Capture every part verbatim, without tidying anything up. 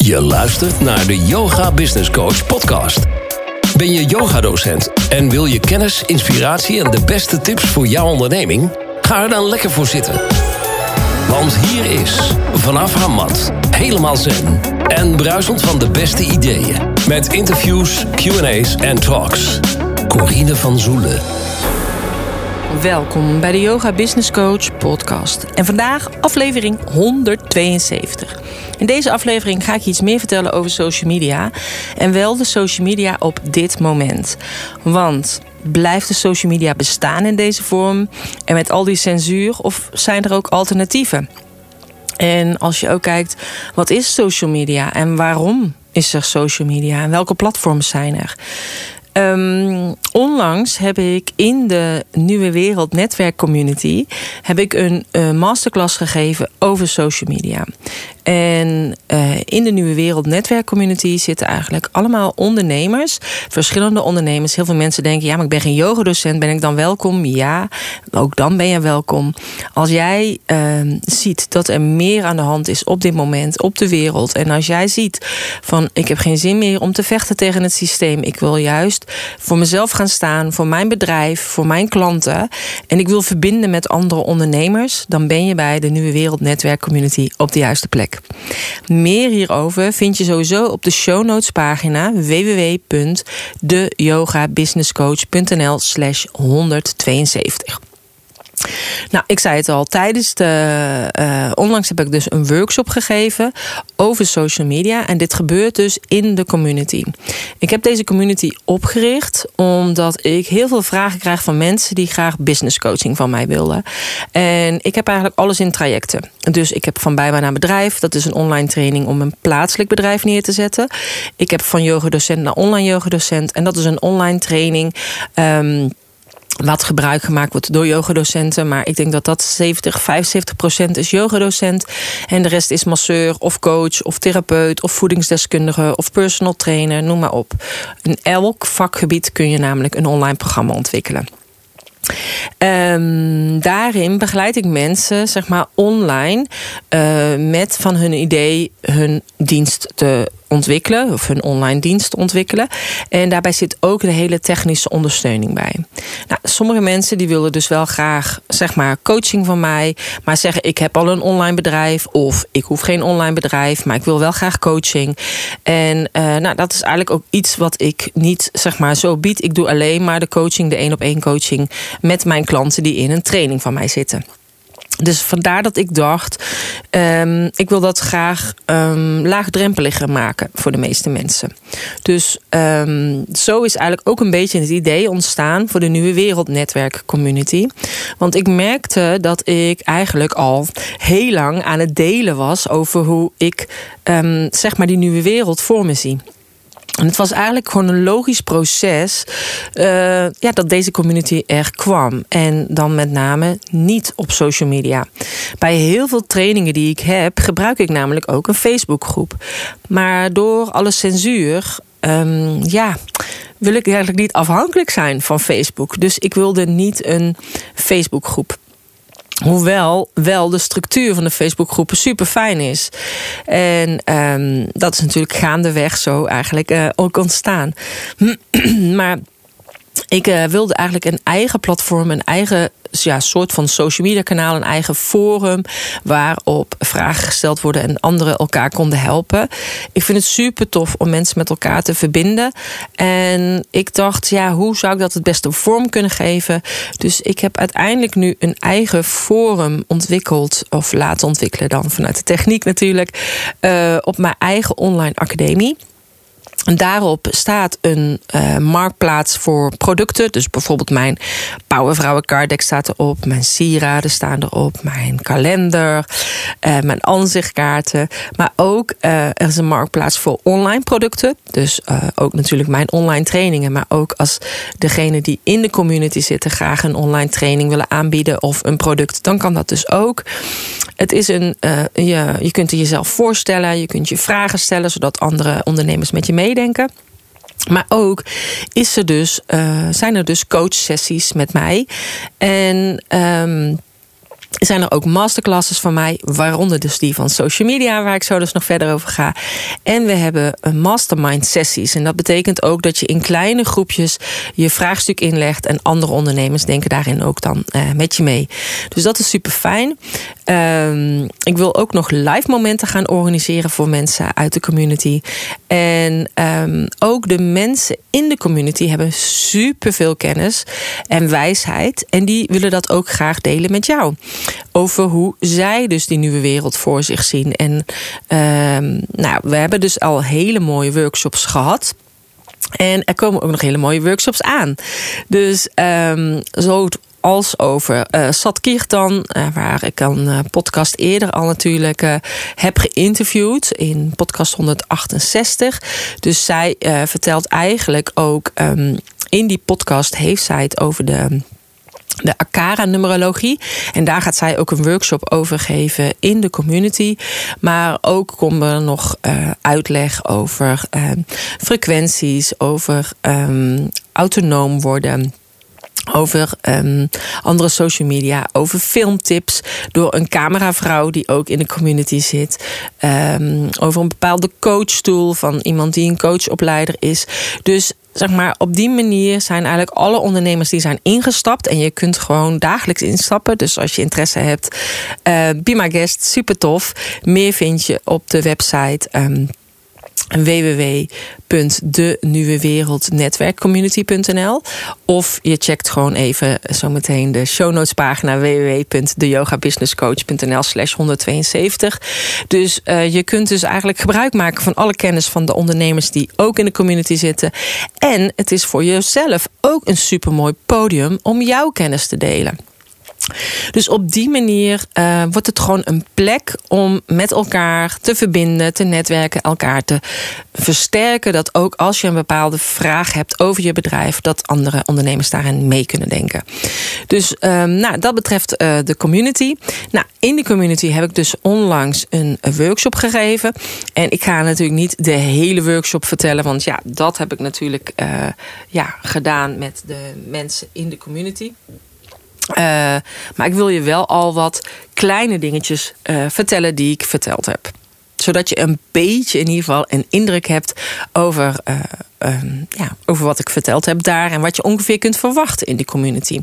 Je luistert naar de Yoga Business Coach podcast. Ben je yogadocent en wil je kennis, inspiratie en de beste tips voor jouw onderneming? Ga er dan lekker voor zitten. Want hier is, vanaf haar mat, helemaal zen en bruisend van de beste ideeën. Met interviews, Q en A's en talks. Corine van Zoelen. Welkom bij de Yoga Business Coach podcast. En vandaag aflevering honderdtweeënzeventig. In deze aflevering ga ik je iets meer vertellen over social media. En wel de social media op dit moment. Want blijft de social media bestaan in deze vorm? En met al die censuur? Of zijn er ook alternatieven? En als je ook kijkt, wat is social media? En waarom is er social media? En welke platforms zijn er? Um, onlangs heb ik in de Nieuwe Wereld Netwerk Community heb ik een uh, masterclass gegeven over social media. En uh, in de Nieuwe Wereld Netwerk Community zitten eigenlijk allemaal ondernemers, verschillende ondernemers. Heel veel mensen denken, ja, maar ik ben geen yogadocent, ben ik dan welkom? Ja, ook dan ben je welkom. Als jij uh, ziet dat er meer aan de hand is op dit moment op de wereld, en als jij ziet van, ik heb geen zin meer om te vechten tegen het systeem, ik wil juist voor mezelf gaan staan, voor mijn bedrijf, voor mijn klanten, en ik wil verbinden met andere ondernemers, dan ben je bij de Nieuwe Wereld Netwerk Community op de juiste plek. Meer hierover vind je sowieso op de show notes pagina w w w punt de yoga business coach punt n l slash honderdtweeënzeventig. Nou, ik zei het al, tijdens de... Uh, onlangs heb ik dus een workshop gegeven over social media. En dit gebeurt dus in de community. Ik heb deze community opgericht omdat ik heel veel vragen krijg van mensen die graag business coaching van mij willen. En ik heb eigenlijk alles in trajecten. Dus ik heb van bijbaan naar bedrijf. Dat is een online training om een plaatselijk bedrijf neer te zetten. Ik heb van yogadocent naar online yogadocent. En dat is een online training Um, wat gebruik gemaakt wordt door yogadocenten. Maar ik denk dat dat zeventig, vijfenzeventig procent is yogadocent. En de rest is masseur of coach of therapeut of voedingsdeskundige of personal trainer, noem maar op. In elk vakgebied kun je namelijk een online programma ontwikkelen. Um, daarin begeleid ik mensen, zeg maar online, uh, met van hun idee hun dienst te ontwikkelen, of hun online dienst te ontwikkelen. En daarbij zit ook de hele technische ondersteuning bij. Nou, sommige mensen die willen dus wel graag, zeg maar, coaching van mij, maar zeggen, ik heb al een online bedrijf, of ik hoef geen online bedrijf, maar ik wil wel graag coaching. En uh, nou, dat is eigenlijk ook iets wat ik niet, zeg maar, zo bied. Ik doe alleen maar de coaching, de één op één coaching met mijn klanten die in een training van mij zitten. Dus vandaar dat ik dacht, um, ik wil dat graag um, laagdrempeliger maken voor de meeste mensen. Dus um, zo is eigenlijk ook een beetje het idee ontstaan voor de Nieuwe Wereld Netwerk Community. Want ik merkte dat ik eigenlijk al heel lang aan het delen was over hoe ik um, zeg maar die nieuwe wereld voor me zie. En het was eigenlijk gewoon een logisch proces uh, ja, dat deze community er kwam. En dan met name niet op social media. Bij heel veel trainingen die ik heb, gebruik ik namelijk ook een Facebookgroep. Maar door alle censuur, um, ja, wil ik eigenlijk niet afhankelijk zijn van Facebook. Dus ik wilde niet een Facebookgroep. Hoewel wel de structuur van de Facebookgroepen super fijn is. En um, dat is natuurlijk gaandeweg zo eigenlijk uh, ook ontstaan. Maar ik uh, wilde eigenlijk een eigen platform, een eigen ja, soort van social media kanaal, een eigen forum waarop vragen gesteld worden en anderen elkaar konden helpen. Ik vind het super tof om mensen met elkaar te verbinden. En ik dacht, ja, hoe zou ik dat het beste vorm kunnen geven? Dus ik heb uiteindelijk nu een eigen forum ontwikkeld, of laten ontwikkelen dan vanuit de techniek natuurlijk, uh, op mijn eigen online academie. En daarop staat een uh, marktplaats voor producten. Dus bijvoorbeeld mijn Powervrouwen card deck staat erop. Mijn sieraden staan erop. Mijn kalender. Uh, mijn aanzichtkaarten. Maar ook uh, er is een marktplaats voor online producten. Dus uh, ook natuurlijk mijn online trainingen. Maar ook als degene die in de community zitten graag een online training willen aanbieden of een product, dan kan dat dus ook. Het is een, uh, je, je kunt het jezelf voorstellen. Je kunt je vragen stellen, zodat andere ondernemers met je meedenken. Maar ook is er dus, uh, zijn er dus coachsessies met mij. En um, zijn er ook masterclasses van mij, waaronder dus die van social media, waar ik zo dus nog verder over ga. En we hebben een mastermind sessies. En dat betekent ook dat je in kleine groepjes je vraagstuk inlegt en andere ondernemers denken daarin ook dan uh, met je mee. Dus dat is super fijn. Um, ik wil ook nog live momenten gaan organiseren voor mensen uit de community. En um, ook de mensen in de community hebben super veel kennis en wijsheid. En die willen dat ook graag delen met jou. Over hoe zij dus die nieuwe wereld voor zich zien. En um, nou, we hebben dus al hele mooie workshops gehad. En er komen ook nog hele mooie workshops aan. Dus um, zo als over uh, Sat Kirtan, uh, waar ik een uh, podcast eerder al natuurlijk uh, heb geïnterviewd in podcast honderdachtenzestig. Dus zij uh, vertelt eigenlijk ook um, in die podcast heeft zij het over de de Akara-numerologie. En daar gaat zij ook een workshop over geven in de community. Maar ook komt er nog uh, uitleg over uh, frequenties, over um, autonoom worden, over um, andere social media, over filmtips door een cameravrouw die ook in de community zit. Um, over een bepaalde coachstoel van iemand die een coachopleider is. Dus zeg maar, op die manier zijn eigenlijk alle ondernemers die zijn ingestapt. En je kunt gewoon dagelijks instappen. Dus als je interesse hebt, uh, be my guest, super tof. Meer vind je op de website Um, w w w punt de nieuwe wereld netwerkcommunity punt n l. Of je checkt gewoon even zometeen de show notes pagina w w w punt de yoga business coach punt n l slash honderdtweeënzeventig. Dus uh, je kunt dus eigenlijk gebruik maken van alle kennis van de ondernemers die ook in de community zitten. En het is voor jezelf ook een supermooi podium om jouw kennis te delen. Dus op die manier uh, wordt het gewoon een plek om met elkaar te verbinden, te netwerken, elkaar te versterken. Dat ook als je een bepaalde vraag hebt over je bedrijf, dat andere ondernemers daarin mee kunnen denken. Dus um, nou, dat betreft uh, de community. Nou, in de community heb ik dus onlangs een, een workshop gegeven. En ik ga natuurlijk niet de hele workshop vertellen, want ja, dat heb ik natuurlijk uh, ja, gedaan met de mensen in de community. Uh, maar ik wil je wel al wat kleine dingetjes uh, vertellen die ik verteld heb. Zodat je een beetje in ieder geval een indruk hebt over, uh, um, ja, over wat ik verteld heb daar. En wat je ongeveer kunt verwachten in die community.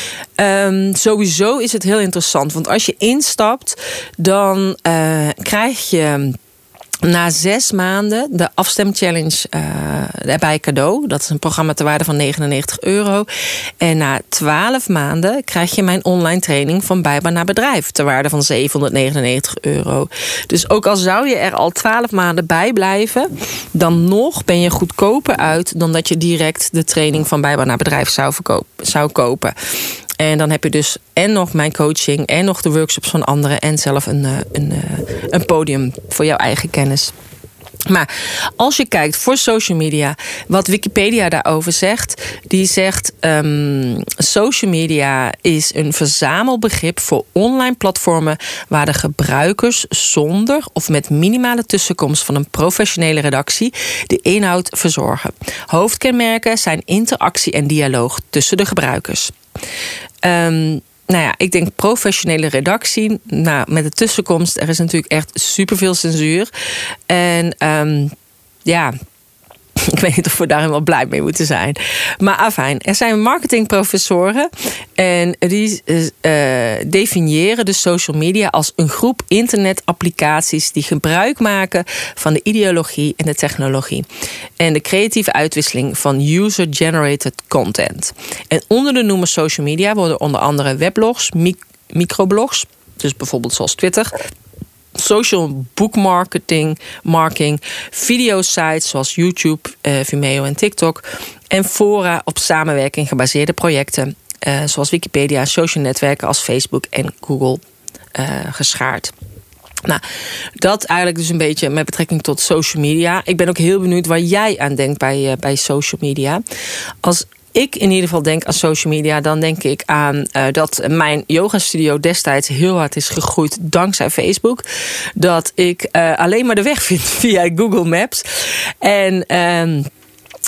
Um, sowieso is het heel interessant. Want als je instapt, dan uh, krijg je na zes maanden de afstemchallenge uh, erbij cadeau. Dat is een programma ter waarde van negenennegentig euro. En na twaalf maanden krijg je mijn online training van Bijbaan naar bedrijf ter waarde van zevenhonderdnegenennegentig euro. Dus ook al zou je er al twaalf maanden bij blijven, dan nog ben je goedkoper uit dan dat je direct de training van Bijbaan naar bedrijf zou, verkopen, zou kopen. En dan heb je dus en nog mijn coaching en nog de workshops van anderen en zelf een, een, een podium voor jouw eigen kennis. Maar als je kijkt voor social media, wat Wikipedia daarover zegt, die zegt um, social media is een verzamelbegrip voor online platformen waar de gebruikers zonder of met minimale tussenkomst van een professionele redactie de inhoud verzorgen. Hoofdkenmerken zijn interactie en dialoog tussen de gebruikers. Um, Nou ja, ik denk professionele redactie. Nou, met de tussenkomst, er is natuurlijk echt superveel censuur. En um, ja, ik weet niet of we daarin wel blij mee moeten zijn. Maar afijn, er zijn marketingprofessoren. En die uh, definiëren de social media als een groep internetapplicaties die gebruik maken van de ideologie en de technologie. En de creatieve uitwisseling van user-generated content. En onder de noemer social media worden onder andere weblogs, mic- microblogs, dus bijvoorbeeld zoals Twitter, social bookmarketing, marketing, videosites zoals YouTube, uh, Vimeo en TikTok en fora op samenwerking gebaseerde projecten uh, zoals Wikipedia, social netwerken als Facebook en Google uh, geschaard. Nou, dat eigenlijk dus een beetje met betrekking tot social media. Ik ben ook heel benieuwd waar jij aan denkt bij, uh, bij social media. Als ik in ieder geval denk aan social media, dan denk ik aan uh, dat mijn yogastudio destijds heel hard is gegroeid dankzij Facebook. Dat ik uh, alleen maar de weg vind via Google Maps. En Um,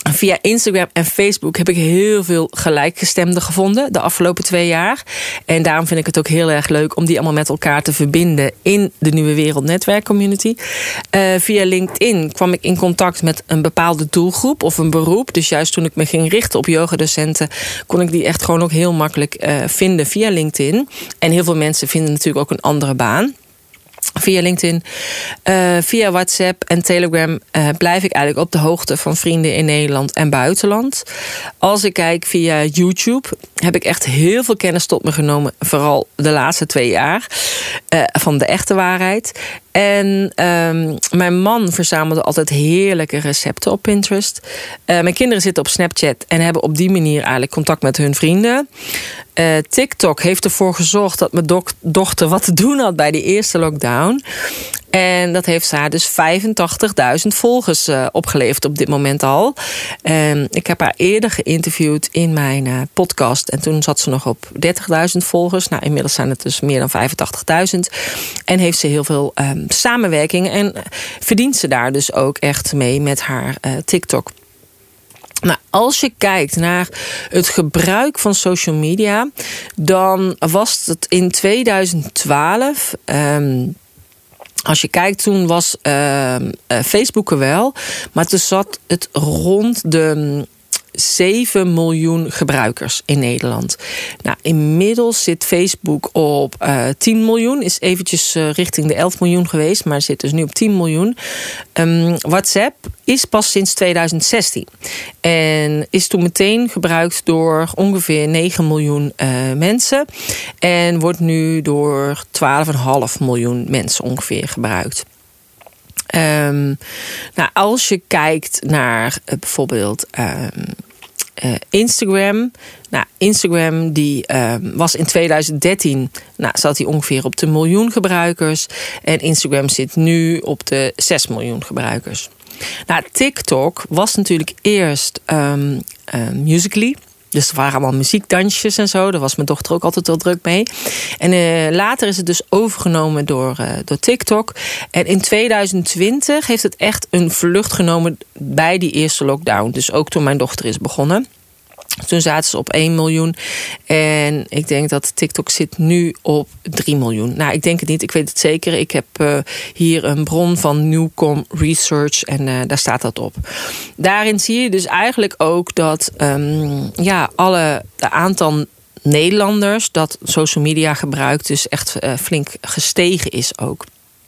Via Instagram en Facebook heb ik heel veel gelijkgestemden gevonden de afgelopen twee jaar. En daarom vind ik het ook heel erg leuk om die allemaal met elkaar te verbinden in de Nieuwe Wereld Netwerkcommunity. Uh, via LinkedIn kwam ik in contact met een bepaalde doelgroep of een beroep. Dus juist toen ik me ging richten op yogadocenten, kon ik die echt gewoon ook heel makkelijk uh, vinden via LinkedIn. En heel veel mensen vinden natuurlijk ook een andere baan via LinkedIn. Uh, via WhatsApp en Telegram uh, blijf ik eigenlijk op de hoogte van vrienden in Nederland en buitenland. Als ik kijk via YouTube, heb ik echt heel veel kennis tot me genomen. Vooral de laatste twee jaar. Uh, van de echte waarheid. En um, mijn man verzamelde altijd heerlijke recepten op Pinterest. Uh, mijn kinderen zitten op Snapchat en hebben op die manier eigenlijk contact met hun vrienden. Uh, TikTok heeft ervoor gezorgd dat mijn do- dochter wat te doen had bij die eerste lockdown. En dat heeft haar dus vijfentachtigduizend volgers uh, opgeleverd op dit moment al. Um, ik heb haar eerder geïnterviewd in mijn uh, podcast. En toen zat ze nog op dertigduizend volgers. Nou, inmiddels zijn het dus meer dan vijfentachtigduizend. En heeft ze heel veel um, samenwerkingen. En verdient ze daar dus ook echt mee met haar uh, TikTok. Nou, als je kijkt naar het gebruik van social media, dan was het in tweeduizend twaalf... Um, Als je kijkt, toen was uh, uh, Facebook er wel, maar toen zat het rond de zeven miljoen gebruikers in Nederland. Nou, inmiddels zit Facebook op uh, tien miljoen. Is eventjes uh, richting de elf miljoen geweest, maar zit dus nu op tien miljoen. Um, WhatsApp is pas sinds tweeduizend zestien. En is toen meteen gebruikt door ongeveer negen miljoen uh, mensen. En wordt nu door twaalf komma vijf miljoen mensen ongeveer gebruikt. Um, nou, als je kijkt naar uh, bijvoorbeeld um, uh, Instagram. Nou, Instagram die uh, was in tweeduizend dertien, nou, zat hij ongeveer op de miljoen gebruikers. En Instagram zit nu op de zes miljoen gebruikers. Nou, TikTok was natuurlijk eerst um, uh, Musical.ly. Dus er waren allemaal muziekdansjes en zo. Daar was mijn dochter ook altijd wel druk mee. En uh, later is het dus overgenomen door, uh, door TikTok. En in tweeduizend twintig heeft het echt een vlucht genomen bij die eerste lockdown. Dus ook toen mijn dochter is begonnen. Toen zaten ze op één miljoen. En ik denk dat TikTok zit nu op drie miljoen. Nou, ik denk het niet. Ik weet het zeker. Ik heb uh, hier een bron van Newcom Research. En uh, daar staat dat op. Daarin zie je dus eigenlijk ook dat um, ja, alle de aantal Nederlanders dat social media gebruikt dus echt uh, flink gestegen is ook.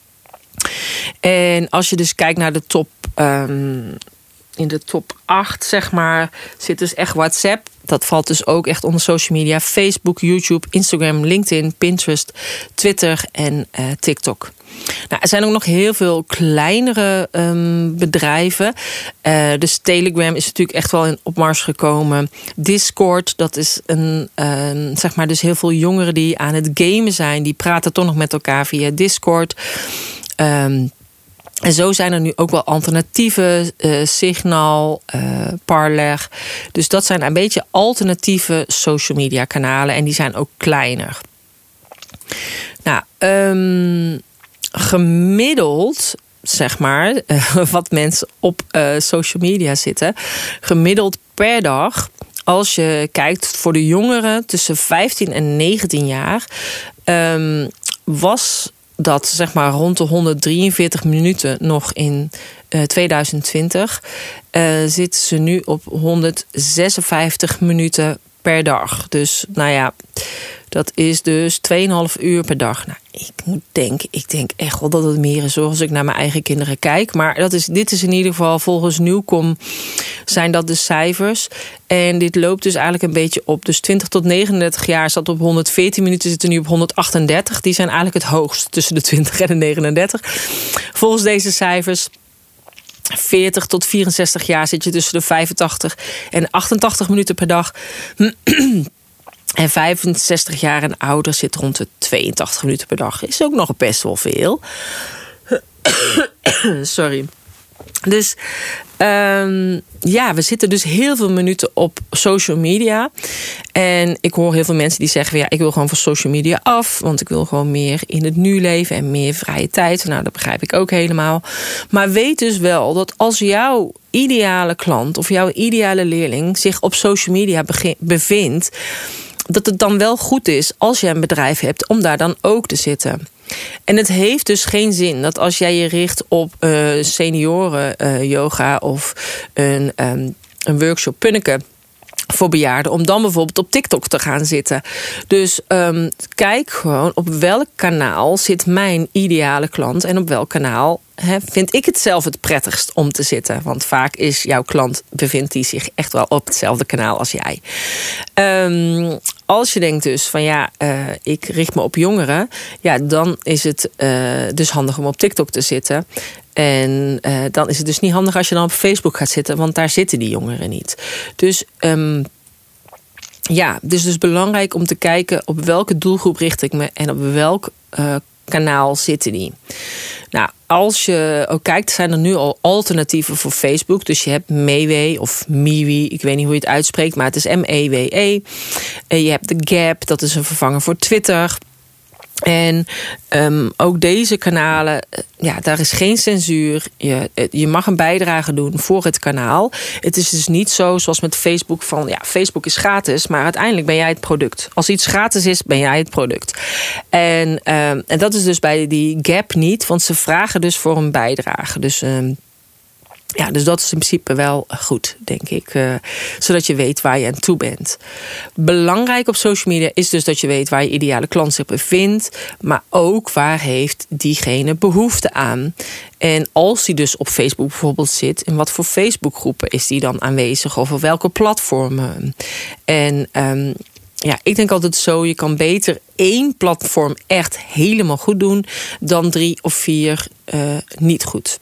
En als je dus kijkt naar de top... Um, in de top acht, zeg maar, zit dus echt WhatsApp. Dat valt dus ook echt onder social media. Facebook, YouTube, Instagram, LinkedIn, Pinterest, Twitter en uh, TikTok. Nou, er zijn ook nog heel veel kleinere um, bedrijven. Uh, dus Telegram is natuurlijk echt wel in opmars gekomen. Discord, dat is een, uh, zeg maar, dus heel veel jongeren die aan het gamen zijn. Die praten toch nog met elkaar via Discord. Um, En zo zijn er nu ook wel alternatieve, uh, Signal, uh, Parler. Dus dat zijn een beetje alternatieve social media kanalen. En die zijn ook kleiner. Nou, um, gemiddeld, zeg maar, uh, wat mensen op uh, social media zitten. Gemiddeld per dag, als je kijkt voor de jongeren tussen vijftien en negentien jaar, um, was dat zeg maar rond de honderddrieënveertig minuten nog in uh, tweeduizend twintig. Uh, zitten ze nu op honderdzesenvijftig minuten per dag. Dus nou ja, dat is dus twee komma vijf uur per dag. Nou, ik moet denken, ik denk echt wel dat het meer is, zoals ik naar mijn eigen kinderen kijk. Maar dat is, dit is in ieder geval volgens Newcom zijn dat de cijfers. En dit loopt dus eigenlijk een beetje op. Dus twintig tot negenendertig jaar zat op honderdveertien minuten, zitten nu op honderdachtendertig. Die zijn eigenlijk het hoogst tussen de twintig en de negenendertig. Volgens deze cijfers. veertig tot vierenzestig jaar zit je tussen de vijfentachtig en achtentachtig minuten per dag. En vijfenzestig jaar en ouder zit rond de tweeëntachtig minuten per dag. Is ook nog best wel veel. Sorry. Dus um, ja, we zitten dus heel veel minuten op social media. En ik hoor heel veel mensen die zeggen... ja, ik wil gewoon van social media af... want ik wil gewoon meer in het nu leven... en meer vrije tijd. Nou, dat begrijp ik ook helemaal. Maar weet dus wel dat als jouw ideale klant... of jouw ideale leerling zich op social media bevindt... dat het dan wel goed is als je een bedrijf hebt... om daar dan ook te zitten... En het heeft dus geen zin dat als jij je richt op uh, senioren uh, yoga of een, um, een workshop punneken voor bejaarden, om dan bijvoorbeeld op TikTok te gaan zitten. Dus um, kijk gewoon op welk kanaal zit mijn ideale klant en op welk kanaal he, vind ik het zelf het prettigst om te zitten. Want vaak is jouw klant, bevindt die zich echt wel op hetzelfde kanaal als jij. Um, als je denkt dus van ja, uh, ik richt me op jongeren, ja, dan is het uh, dus handig om op TikTok te zitten. En uh, dan is het dus niet handig als je dan op Facebook gaat zitten, want daar zitten die jongeren niet. Dus um, ja, het is dus belangrijk om te kijken op welke doelgroep richt ik me en op welk uh, kanaal zitten die. Nou, als je ook kijkt, zijn er nu al alternatieven voor Facebook. Dus je hebt MeWe of MeWe, ik weet niet hoe je het uitspreekt, maar het is M E W E. En je hebt de Gap, dat is een vervanger voor Twitter. En um, ook deze kanalen, ja, daar is geen censuur. Je, je mag een bijdrage doen voor het kanaal. Het is dus niet zo zoals met Facebook van, ja, Facebook is gratis, maar uiteindelijk ben jij het product. Als iets gratis is, ben jij het product. En, um, en dat is dus bij die Gap niet, want ze vragen dus voor een bijdrage. Dus um, Ja, dus dat is in principe wel goed, denk ik. Uh, zodat je weet waar je aan toe bent. Belangrijk op social media is dus dat je weet waar je ideale klant zich bevindt. Maar ook waar heeft diegene behoefte aan. En als die dus op Facebook bijvoorbeeld zit, in wat voor Facebookgroepen is die dan aanwezig? Of op welke platformen? En um, ja, ik denk altijd zo, je kan beter één platform echt helemaal goed doen dan drie of vier uh, niet goed.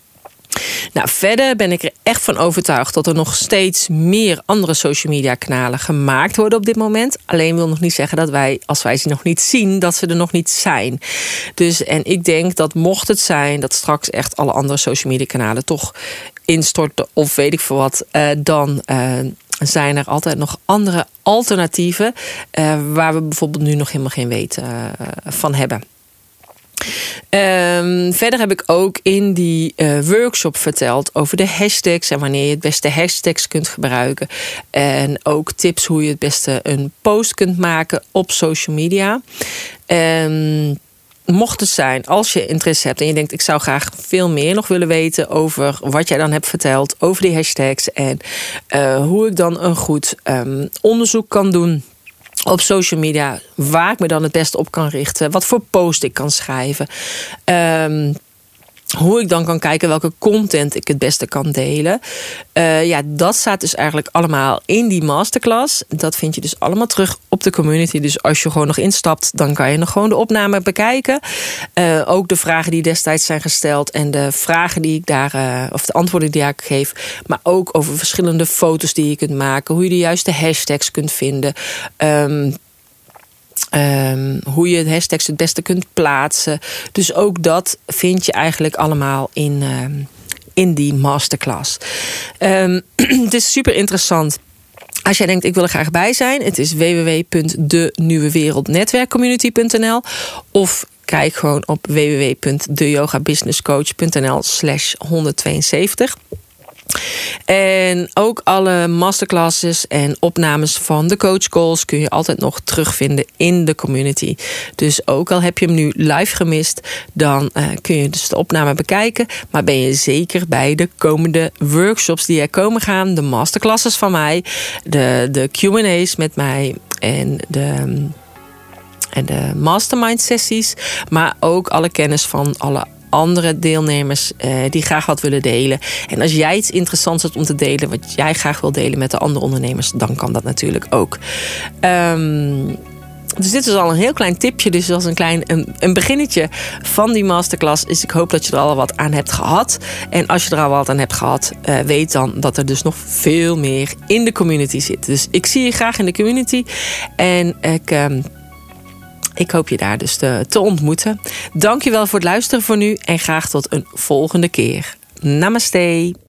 Nou, verder ben ik er echt van overtuigd dat er nog steeds meer andere social media kanalen gemaakt worden op dit moment. Alleen wil nog niet zeggen dat wij, als wij ze nog niet zien, dat ze er nog niet zijn. Dus, en ik denk dat mocht het zijn dat straks echt alle andere social media kanalen toch instorten of weet ik veel wat, uh, dan uh, zijn er altijd nog andere alternatieven uh, waar we bijvoorbeeld nu nog helemaal geen weten uh, van hebben. Um, verder heb ik ook in die uh, workshop verteld over de hashtags en wanneer je het beste hashtags kunt gebruiken. En ook tips hoe je het beste een post kunt maken op social media. Um, Mocht het zijn, als je interesse hebt en je denkt, ik zou graag veel meer nog willen weten over wat jij dan hebt verteld, over die hashtags en uh, hoe ik dan een goed um, onderzoek kan doen op social media, waar ik me dan het beste op kan richten, wat voor post ik kan schrijven, um, hoe ik dan kan kijken welke content ik het beste kan delen. Uh, ja, dat staat dus eigenlijk allemaal in die masterclass. Dat vind je dus allemaal terug op de community. Dus als je gewoon nog instapt, dan kan je nog gewoon de opname bekijken. Uh, ook de vragen die destijds zijn gesteld en de vragen die ik daar, uh, of de antwoorden die ik geef. Maar ook over verschillende foto's die je kunt maken. Hoe je de juiste hashtags kunt vinden. Um, Um, hoe je de hashtags het beste kunt plaatsen. Dus ook dat vind je eigenlijk allemaal in, um, in die masterclass. Um, het is super interessant. Als jij denkt, ik wil er graag bij zijn. Het is w w w punt de nieuwe wereld netwerkcommunity punt n l of kijk gewoon op w w w punt de yoga business coach punt n l slash honderdtweeënzeventig. En ook alle masterclasses en opnames van de coach calls kun je altijd nog terugvinden in de community. Dus ook al heb je hem nu live gemist, dan uh, kun je dus de opname bekijken. Maar ben je zeker bij de komende workshops die er komen gaan, de masterclasses van mij, de, de Q en A's met mij en de... En de mastermind sessies, maar ook alle kennis van alle andere deelnemers uh, die graag wat willen delen. En als jij iets interessants hebt om te delen, wat jij graag wil delen met de andere ondernemers, dan kan dat natuurlijk ook. Um, dus dit is al een heel klein tipje, dus als een klein een, een beginnetje van die masterclass. Dus ik hoop dat je er al wat aan hebt gehad. En als je er al wat aan hebt gehad, uh, weet dan dat er dus nog veel meer in de community zit. Dus ik zie je graag in de community. En ik... Um, Ik hoop je daar dus te, te ontmoeten. Dankjewel voor het luisteren voor nu en graag tot een volgende keer. Namaste.